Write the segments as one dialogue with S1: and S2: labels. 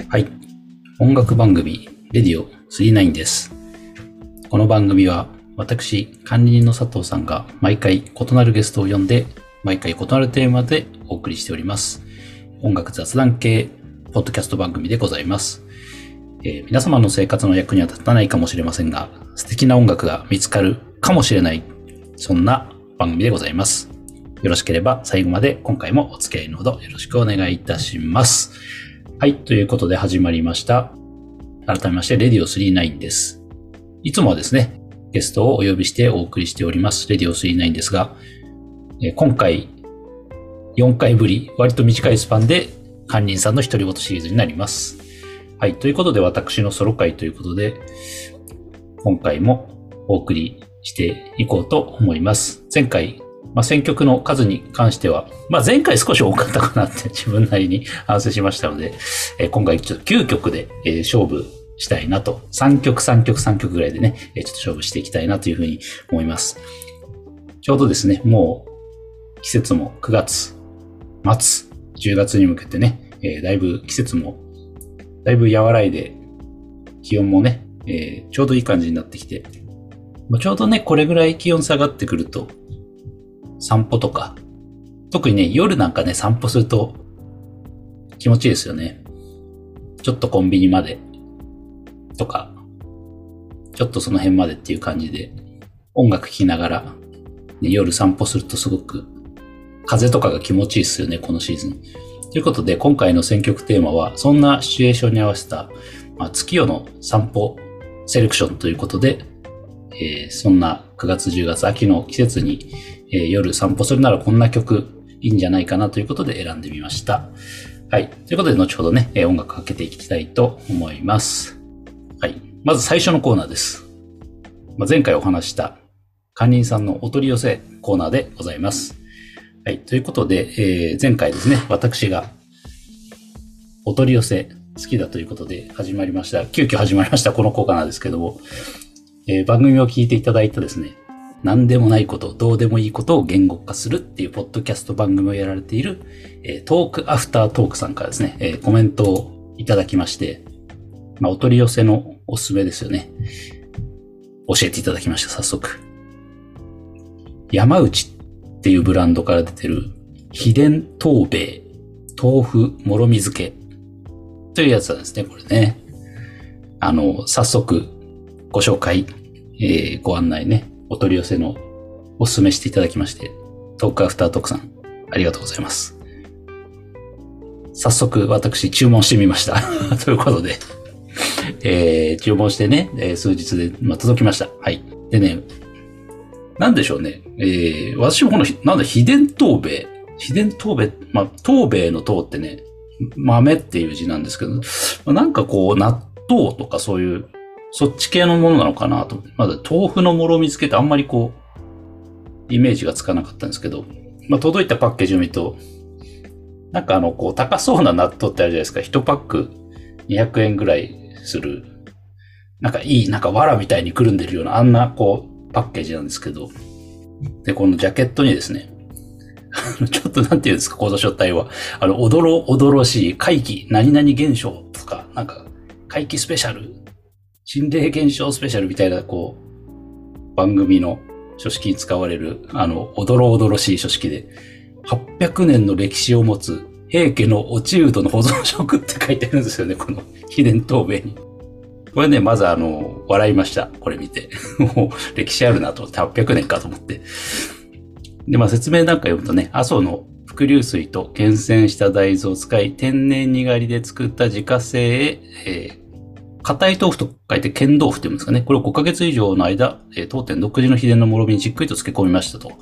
S1: はい。音楽番組、レディオ39です。この番組は、私、管理人の佐藤さんが毎回異なるゲストを呼んで、毎回異なるテーマでお送りしております。音楽雑談系、ポッドキャスト番組でございます。皆様の生活の役には立たないかもしれませんが、素敵な音楽が見つかるかもしれない、そんな番組でございます。よろしければ最後まで今回もお付き合いのほどよろしくお願いいたします。はい。ということで始まりました。改めまして、レディオ39です。いつもはですね、ゲストをお呼びしてお送りしております、レディオ39ですが、今回、4回ぶり、割と短いスパンで、管理人さんの独り言シリーズになります。はい。ということで、私のソロ回ということで、今回もお送りしていこうと思います。前回、選曲の数に関しては、前回少し多かったかなって自分なりに反省しましたので、今回ちょっと9曲で、勝負したいなと、3曲ぐらいでね、ちょっと勝負していきたいなというふうに思います。ちょうどですね、もう季節も9月末、10月に向けてね、だいぶ季節もだいぶ和らいで、気温もね、ちょうどいい感じになってきて、ちょうどね、これぐらい気温下がってくると、散歩とか、特にね、夜なんかね、散歩すると気持ちいいですよね。ちょっとコンビニまでとか、ちょっとその辺までっていう感じで、音楽聴きながら、ね、夜散歩するとすごく、風とかが気持ちいいですよね、このシーズン。ということで、今回の選曲テーマは、そんなシチュエーションに合わせた、月夜の散歩セレクションということで、そんな9月10月秋の季節に、夜散歩するならこんな曲いいんじゃないかなということで選んでみました。はい。ということで、後ほどね、音楽かけていきたいと思います。はい。まず最初のコーナーです。前回お話した管理人さんのお取り寄せコーナーでございます。はい。ということで、前回ですね、私がお取り寄せ好きだということで急遽始まりましたこのコーナーですけども、番組を聞いていただいたですね、何でもないこと、どうでもいいことを言語化するっていうポッドキャスト番組をやられている、トークアフタートークさんからですね、コメントをいただきまして、お取り寄せのおすすめですよね。教えていただきました、早速。山内っていうブランドから出てる秘伝東米豆腐もろみ漬けというやつなんですね、これね。早速ご紹介、ご案内ね、お取り寄せのおすすめしていただきまして、トークアフタートークさん、ありがとうございます。早速私注文してみました。ということで、注文してね、数日で、届きました。はい。でね、なんでしょうね。私もこの、秘伝東米。東米の東ってね、豆っていう字なんですけど、なんかこう、納豆とかそういう、そっち系のものなのかなと思って。まだ豆腐のもろみ漬けってあんまりこう、イメージがつかなかったんですけど、届いたパッケージを見ると、なんかこう、高そうな納豆ってあるじゃないですか。1パック200円ぐらいする、なんか藁みたいにくるんでるような、あんなこう、パッケージなんですけど、で、このジャケットにですね、ちょっとなんていうんですか、この書体は。おどろしい怪奇何々現象とか、なんか、怪奇スペシャル、心霊現象スペシャルみたいな、こう、番組の書式に使われる、おどろしい書式で、800年の歴史を持つ平家の落ちうどの保存食って書いてあるんですよね、この秘伝東米に。これね、まず笑いました。これ見て。もう歴史あるなと思って、800年かと思って。で、説明なんか読むとね、阿蘇の伏流水と厳選した大豆を使い、天然にがりで作った自家製、硬い豆腐と書いて剣豆腐って言うんですかね。これを5ヶ月以上の間、当店独自の秘伝のもろみにじっくりと漬け込みましたと。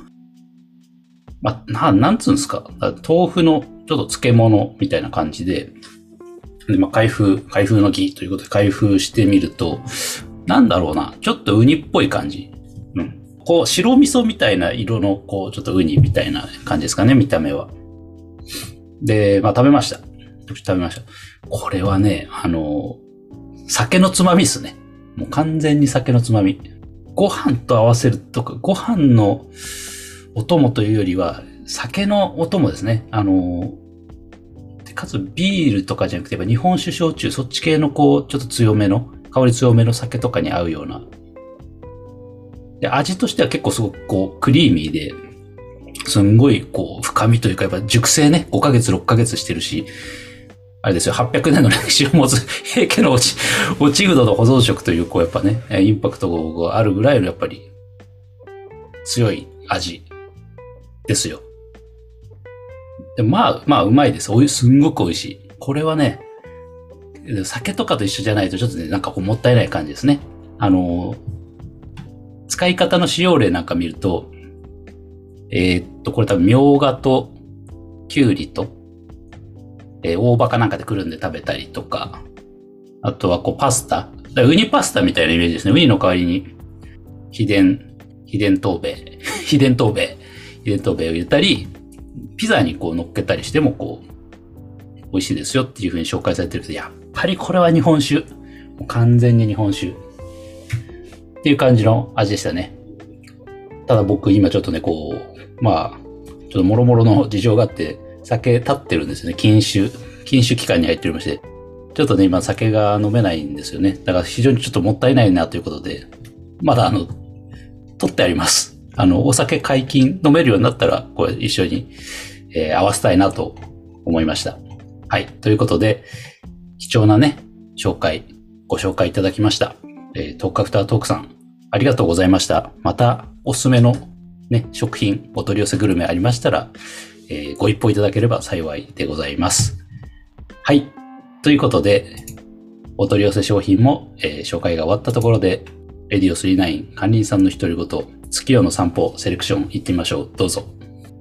S1: なんつうんですか。豆腐のちょっと漬物みたいな感じで、開封の儀ということで開封してみると、なんだろうな、ちょっとウニっぽい感じ。うん。こう、白味噌みたいな色の、こう、ちょっとウニみたいな感じですかね、見た目は。で、食べました。これはね、酒のつまみですね。もう完全に酒のつまみ。ご飯と合わせるとか、ご飯のお供というよりは、酒のお供ですね。 かつビールとかじゃなくて、日本酒焼酎、そっち系のこう、ちょっと強めの、香り強めの酒とかに合うような。で、味としては結構すごくこう、クリーミーで、すんごいこう、深みというか、やっぱ熟成ね、5ヶ月、6ヶ月してるし、あれですよ、800年の歴史を持つ平家の落ち具の保存食という、こうやっぱね、インパクトがあるぐらいのやっぱり強い味ですよ。でまあうまいです。すんごく美味しい。これはね、酒とかと一緒じゃないとちょっとね、なんかこうもったいない感じですね。使い方の使用例なんか見ると、これ多分、みょうがと、きゅうりと、大葉かなんかでくるんで食べたりとか、あとはこうパスタ。ウニパスタみたいなイメージですね。ウニの代わりに、秘伝豆腐を入れたり、ピザにこう乗っけたりしてもこう、美味しいですよっていう風に紹介されてるけど、やっぱりこれは日本酒。もう完全に日本酒。っていう感じの味でしたね。ただ僕今ちょっとね、こう、ちょっともろもろの事情があって、酒立ってるんですよね。禁酒期間に入っておりまして。ちょっとね、今酒が飲めないんですよね。だから非常にちょっともったいないなということで、まだ取ってあります。お酒解禁飲めるようになったら、これ一緒に、合わせたいなと思いました。はい。ということで、貴重なね、ご紹介いただきました。トークアフタートークさん、ありがとうございました。また、おすすめのね、食品、お取り寄せグルメありましたら、ご一報いただければ幸いでございます。はい。ということで、お取り寄せ商品も、紹介が終わったところで、レディオ39管理人さんの独り言、月夜の散歩セレクション行ってみましょう。どうぞ。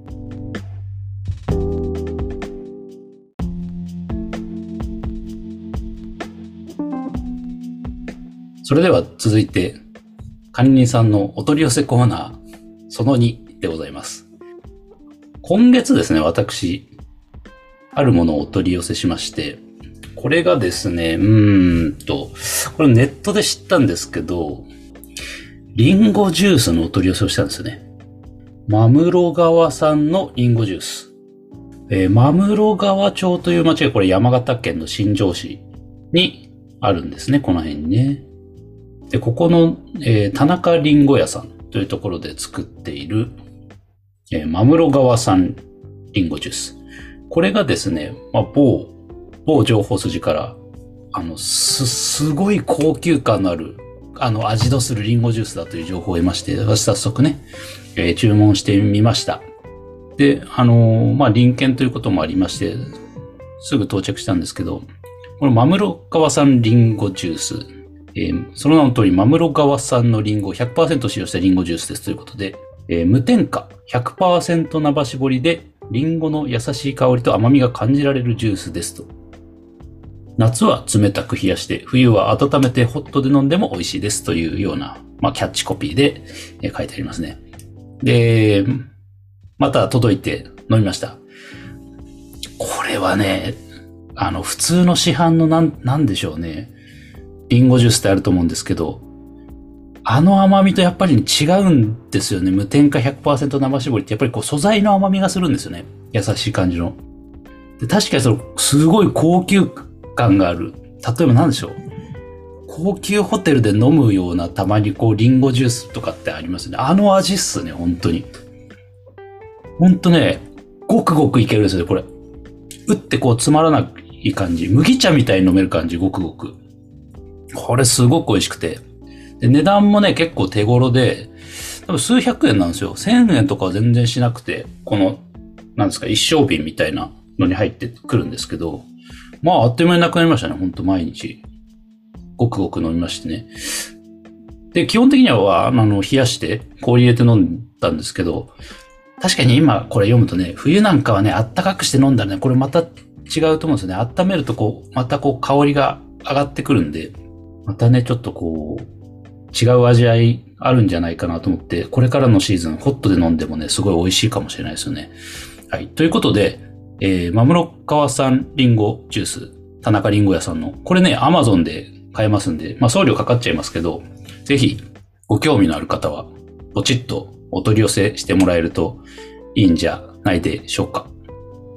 S1: それでは続いて、管理人さんのお取り寄せコーナー、その2でございます。今月ですね、私、あるものをお取り寄せしまして、これがですね、これネットで知ったんですけど、リンゴジュースのお取り寄せをしたんですよね。真室川産のリンゴジュース。真室川町という町がこれ山形県の新庄市にあるんですね、この辺にね。で、ここの、田中りんご屋さんというところで作っている、真室川産りんごジュース。これがですね、某情報筋から、すごい高級感のある、味のするリンゴジュースだという情報を得まして、私早速ね、注文してみました。で、隣県ということもありまして、すぐ到着したんですけど、この真室川産リンゴジュース、その名の通り真室川産のリンゴを 100% 使用したリンゴジュースですということで、無添加 100% 生搾りでリンゴの優しい香りと甘みが感じられるジュースですと。夏は冷たく冷やして、冬は温めてホットで飲んでも美味しいですというような、キャッチコピーで書いてありますね。で、また届いて飲みました。これはね、普通の市販のなんでしょうね。リンゴジュースってあると思うんですけど、甘みとやっぱり違うんですよね。無添加 100% 生搾りってやっぱりこう素材の甘みがするんですよね。優しい感じの。で、確かにすごい高級感がある。例えば何でしょう。高級ホテルで飲むようなたまにリンゴジュースとかってありますよね。味っすね、本当に。本当ね、ごくごくいけるんですよね、これ。打ってつまらない感じ。麦茶みたいに飲める感じ、ごくごく。これすごく美味しくて。で、値段もね、結構手頃で、多分数百円なんですよ。1000円とかは全然しなくて、なんですか、一升瓶みたいなのに入ってくるんですけど、あっという間になくなりましたね、ほんと毎日。ごくごく飲みましてね。で、基本的には、冷やして、氷入れて飲んだんですけど、確かに今これ読むとね、冬なんかはね、あったかくして飲んだらね、これまた違うと思うんですよね。温めるとまた香りが上がってくるんで、またね、ちょっと違う味わいあるんじゃないかなと思って、これからのシーズン、ホットで飲んでもね、すごい美味しいかもしれないですよね。はい。ということで、真室川産リンゴジュース、田中りんご屋さんの、これね、Amazon で買えますんで、送料かかっちゃいますけど、ぜひ、ご興味のある方は、ポチッとお取り寄せしてもらえるといいんじゃないでしょうか。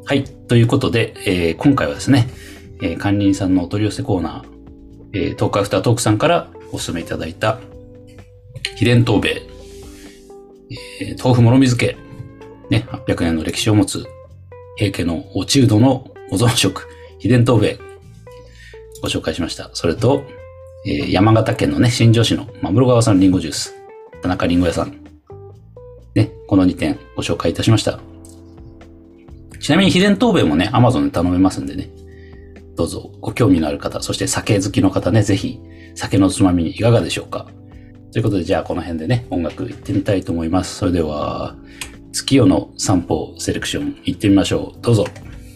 S1: はい。ということで、今回はですね、管理人さんのお取り寄せコーナー、トークアフタートークさんからお勧めいただいた、秘伝東米、豆腐もろみ漬け、ね、800年の歴史を持つ、平家の落ちうどの保存食、秘伝東米、ご紹介しました。それと、山形県のね、新庄市の真室川産リンゴジュース、田中りんご屋さん、ね、この2点ご紹介いたしました。ちなみに秘伝東米もね、Amazon で頼めますんでね、どうぞご興味のある方、そして酒好きの方ね、ぜひ酒のつまみにいかがでしょうか。ということで、じゃあこの辺でね、音楽行ってみたいと思います。それでは、月夜の散歩セレクション行ってみましょう。どうぞ。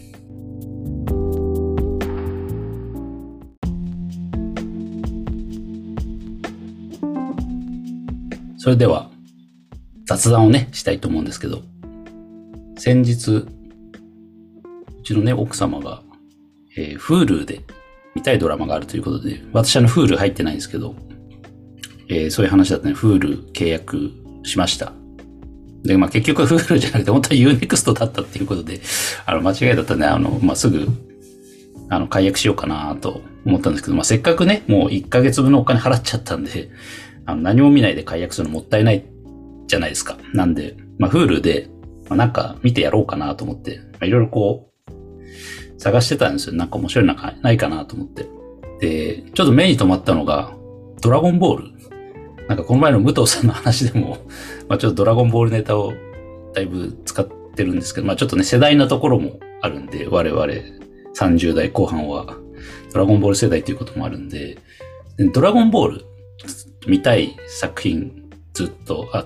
S1: それでは、雑談をね、したいと思うんですけど、先日、うちのね、奥様が、Hulu で見たいドラマがあるということで、私Hulu 入ってないんですけど、そういう話だったね、Hulu 契約しました。で、まあ、結局Hulu じゃなくて、本当は Unext だったっていうことで、間違いだったね、まあ、すぐ、解約しようかなと思ったんですけど、まあ、せっかくね、もう1ヶ月分のお金払っちゃったんで、何も見ないで解約するのもったいないじゃないですか。なんで、まあ、Hulu で、まあ、なんか見てやろうかなと思って、いろいろこう、探してたんですよ。なんか面白いのないかなと思って。で、ちょっと目に留まったのが、ドラゴンボール。なんかこの前の武藤さんの話でも、まあちょっとドラゴンボールネタをだいぶ使ってるんですけど、まあちょっとね、世代なところもあるんで、我々30代後半はドラゴンボール世代ということもあるんで、ドラゴンボール見たい作品ずっとあって、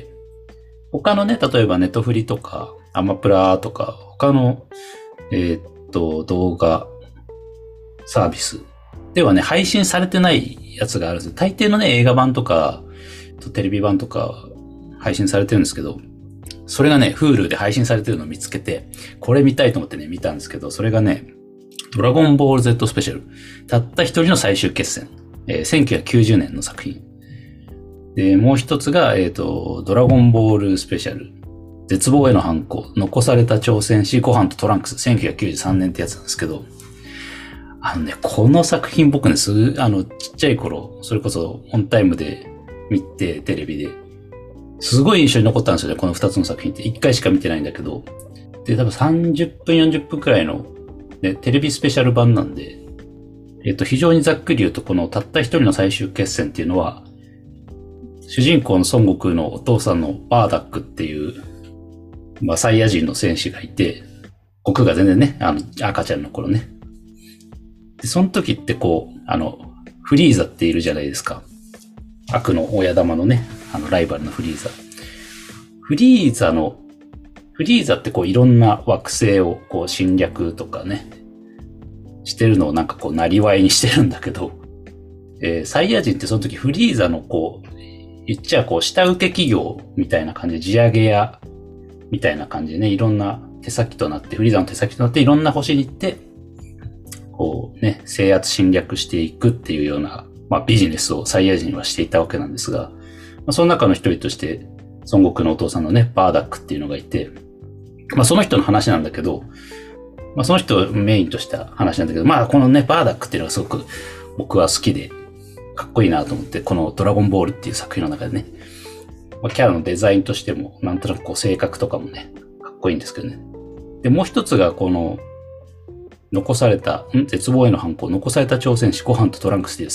S1: 他のね、例えばネットフリとかアマプラとか他の動画サービスではね、配信されてないやつがあるんですよ。大抵のね、映画版とか、テレビ版とか配信されてるんですけど、それがね、Hulu で配信されてるのを見つけて、これ見たいと思ってね、見たんですけど、それがね、ドラゴンボール Z スペシャル。たった一人の最終決戦。1990年の作品。で、もう一つが、ドラゴンボールスペシャル。絶望への反抗。残された挑戦士、ご飯とトランクス。1993年ってやつなんですけど、この作品僕ね、ちっちゃい頃、それこそオンタイムで見て、テレビで、すごい印象に残ったんですよね、この2つの作品って。1回しか見てないんだけど。で、多分30分、40分くらいの、ね、テレビスペシャル版なんで、非常にざっくり言うと、このたった一人の最終決戦っていうのは、主人公の孫悟空のお父さんのバーダックっていう、まあ、サイヤ人の戦士がいて、悟空が全然ね、赤ちゃんの頃ね。で、その時ってこう、フリーザっているじゃないですか。悪の親玉のね、ライバルのフリーザ。フリーザってこういろんな惑星をこう侵略とかね、してるのをなんかこう、なりわいにしてるんだけど、サイヤ人ってその時フリーザのこう、言っちゃこう、下請け企業みたいな感じで、地上げ屋みたいな感じでね、いろんな手先となって、フリーザの手先となっていろんな星に行って、こうね、制圧侵略していくっていうような、まあビジネスをサイヤ人はしていたわけなんですが、まあ、その中の一人として、孫悟空のお父さんのね、バーダックっていうのがいて、まあその人の話なんだけど、まあその人をメインとした話なんだけど、まあこのね、バーダックっていうのがすごく僕は好きで、かっこいいなと思って、このドラゴンボールっていう作品の中でね、まあ、キャラのデザインとしても、なんとなくこう性格とかもね、かっこいいんですけどね。で、もう一つがこの、残された、絶望への反抗、残された挑戦士、ご飯とトランクスっていう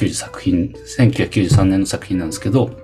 S1: 1993年の作品なんですけど、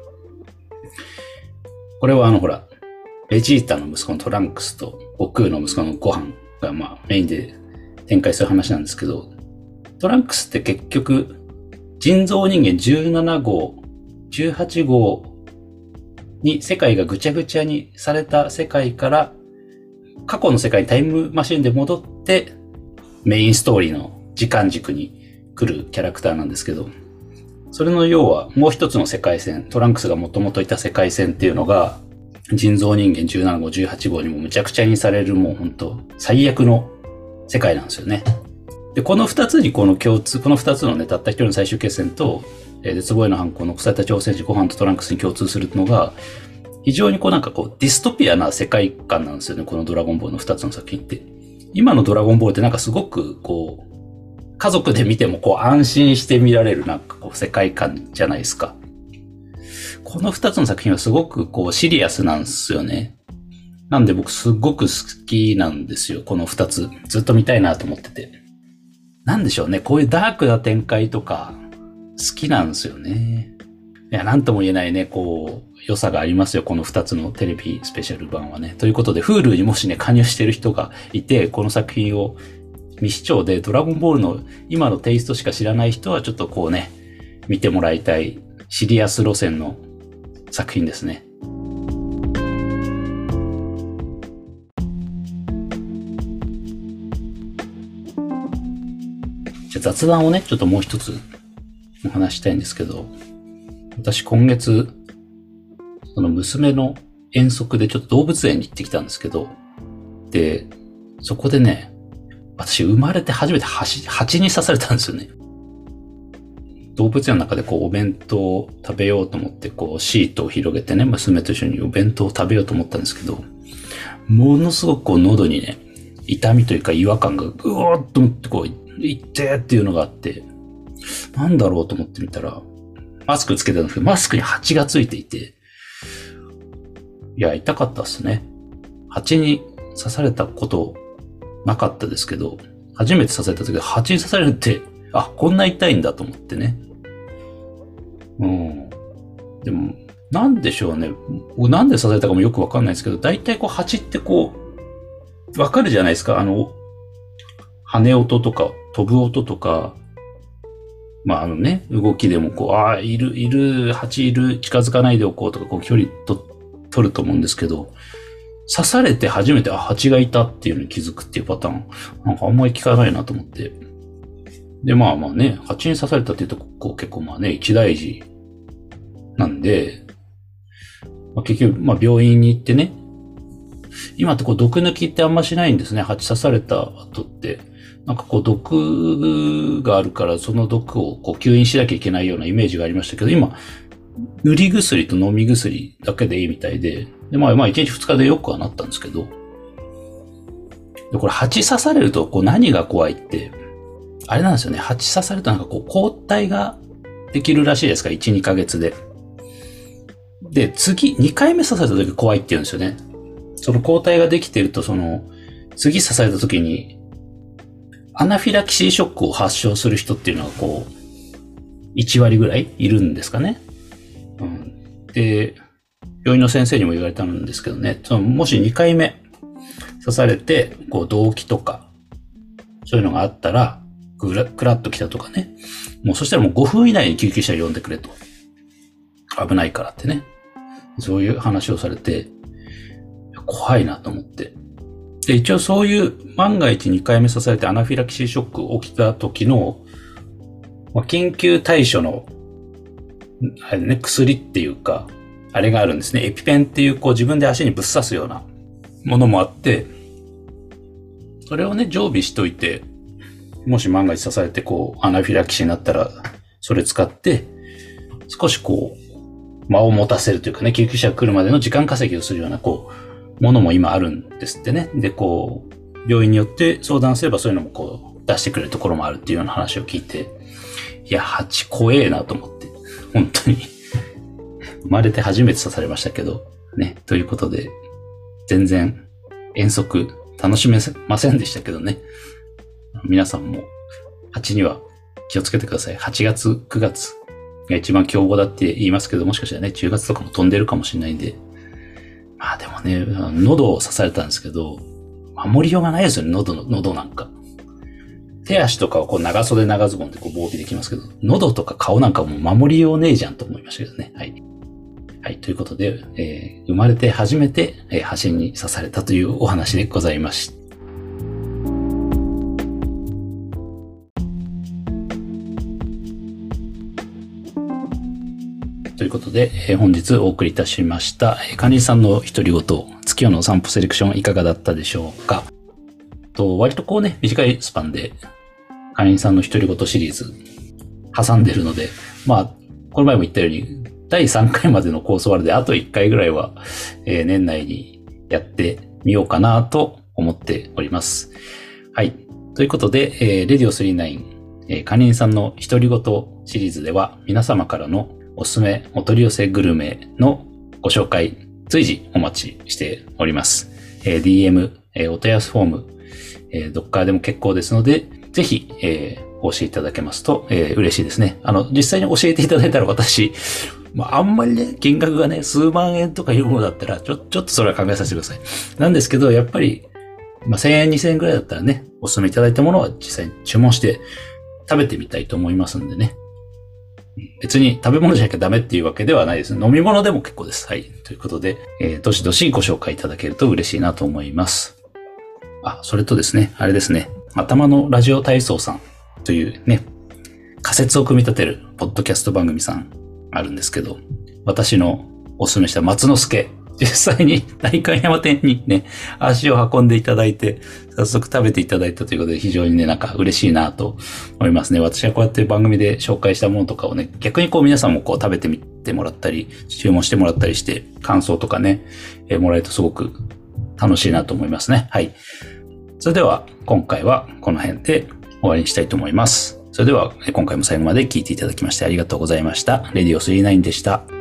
S1: これはほら、ベジータの息子のトランクスと悟空の息子のご飯がまあメインで展開する話なんですけど、トランクスって結局、人造人間17号、18号に世界がぐちゃぐちゃにされた世界から過去の世界にタイムマシンで戻ってメインストーリーの時間軸に来るキャラクターなんですけど、それの要はもう一つの世界線、トランクスがもともといた世界線っていうのが人造人間17号、18号にもむちゃくちゃにされるもう本当最悪の世界なんですよね。で、この二つにこの二つのね、たった一人の最終決戦と、絶望への反抗、残された挑戦士、ご飯とトランクスに共通するのが、非常にこうなんかこうディストピアな世界観なんですよね、このドラゴンボールの二つの作品って。 今のドラゴンボールってなんかすごくこう、家族で見てもこう安心して見られるなんかこう世界観じゃないですか。この2つの作品はすごくこうシリアスなんですよね。なんで僕すごく好きなんですよ、この2つ。ずっと見たいなと思ってて。なんでしょうね、こういうダークな展開とか好きなんですよね。いや、なんとも言えないね、こう、良さがありますよ、この2つのテレビスペシャル版はね。ということで、Hulu にもしね、加入してる人がいて、この作品を未視聴でドラゴンボールの今のテイストしか知らない人はちょっとこうね、見てもらいたいシリアス路線の作品ですね。じゃあ雑談をね、ちょっともう一つお話したいんですけど、私今月、その娘の遠足でちょっと動物園に行ってきたんですけど、で、そこでね、私生まれて初めて蜂に刺されたんですよね。動物園の中でこうお弁当を食べようと思ってこうシートを広げてね、娘と一緒にお弁当を食べようと思ったんですけど、ものすごくこう喉にね、痛みというか違和感がうわーっと思ってこう、いってーっていうのがあって、なんだろうと思ってみたら、マスクつけてたんですけど、マスクに蜂がついていて、いや、痛かったっすね。蜂に刺されたことなかったですけど、初めて刺された時は蜂に刺されるって、あ、こんな痛いんだと思ってね。でも、なんでしょうね。なんで刺されたかもよくわかんないですけど、大体こう蜂ってこう、わかるじゃないですか。羽音とか、飛ぶ音とか、まあね、動きでもこう、ああ、いる、蜂いる、近づかないでおこうとか、こう距離取ると思うんですけど、刺されて初めて、蜂がいたっていうのに気づくっていうパターン、なんかあんまり聞かないなと思って。で、まあね、蜂に刺されたっていうと、こう結構ね、一大事なんで、結局、病院に行ってね、今ってこう毒抜きってあんましないんですね。蜂刺された後って。なんかこう毒があるからその毒をこう吸引しなきゃいけないようなイメージがありましたけど、今、塗り薬と飲み薬だけでいいみたいで、で、1日2日でよくはなったんですけど、で、これ蜂刺されるとこう何が怖いって、あれなんですよね。蜂刺されるとなんかこう抗体ができるらしいですから、1、2ヶ月で。で、2回目刺された時怖いって言うんですよね。その抗体ができてると、次刺された時に、アナフィラキシーショックを発症する人っていうのはこう、1割ぐらいいるんですかね。で、病院の先生にも言われたんですけどね、もし2回目刺されて、こう、動悸とか、そういうのがあったら、クラッと来たとかね。もうそしたらもう5分以内に救急車呼んでくれと。危ないからってね。そういう話をされて、怖いなと思って。で、一応そういう万が一2回目刺されてアナフィラキシーショック起きた時の、緊急対処の、あれね、薬っていうか、あれがあるんですね。エピペンっていうこう自分で足にぶっ刺すようなものもあって、それをね、常備しといて、もし万が一刺されてこうアナフィラキシーになったら、それ使って、少しこう、間を持たせるというかね、救急車が来るまでの時間稼ぎをするような、こう、ものも今あるんですってね。で、こう、病院によって相談すればそういうのもこう、出してくれるところもあるっていうような話を聞いて、いや、蜂怖えなと思って、本当に。生まれて初めて刺されましたけど、ね、ということで、全然遠足楽しめませんでしたけどね。皆さんも蜂には気をつけてください。8月、9月が一番凶暴だって言いますけど、もしかしたらね、10月とかも飛んでるかもしれないんで。まあでもね、喉を刺されたんですけど、守りようがないですよね、喉なんか。手足とかをこう長袖長ズボンでこう防備できますけど、喉とか顔なんかもう守りようねえじゃんと思いましたけどね。はい。はい、ということで、生まれて初めて、蜂に刺されたというお話でございました。ということで、本日お送りいたしました、管理人さんの独り言、月夜の散歩セレクションいかがだったでしょうか。割とこうね、短いスパンで、管理人さんの独り言シリーズ挟んでるので、この前も言ったように、第3回までのコースワールであと1回ぐらいは、年内にやってみようかなと思っております。はい。ということで、レディオ39、管理人さんの独り言シリーズでは皆様からのおすすめお取り寄せグルメのご紹介随時お待ちしております。DM、お問い合わせフォーム、どっからでも結構ですので、ぜひ、お教えいただけますと、嬉しいですね。実際に教えていただいたら私、あんまりね、金額がね、数万円とかいうものだったら、ちょっとそれは考えさせてください。なんですけど、やっぱり、1000円、2000円くらいだったらね、お勧めいただいたものは実際に注文して食べてみたいと思いますんでね。別に食べ物じゃなきゃダメっていうわけではないです。飲み物でも結構です。はい。ということで、どしどしご紹介いただけると嬉しいなと思います。それとですね、あれですね、頭のラジオ体操さんというね、仮説を組み立てるポッドキャスト番組さんあるんですけど、私のお勧めした松之助、実際に代官山店にね、足を運んでいただいて、早速食べていただいたということで非常にね、嬉しいなと思いますね。私はこうやって番組で紹介したものとかをね、逆に皆さんも食べてみてもらったり、注文してもらったりして、感想とかね、もらえるとすごく楽しいなと思いますね。はい。それでは、今回はこの辺で終わりにしたいと思います。それでは、今回も最後まで聞いていただきましてありがとうございました。レディオ39でした。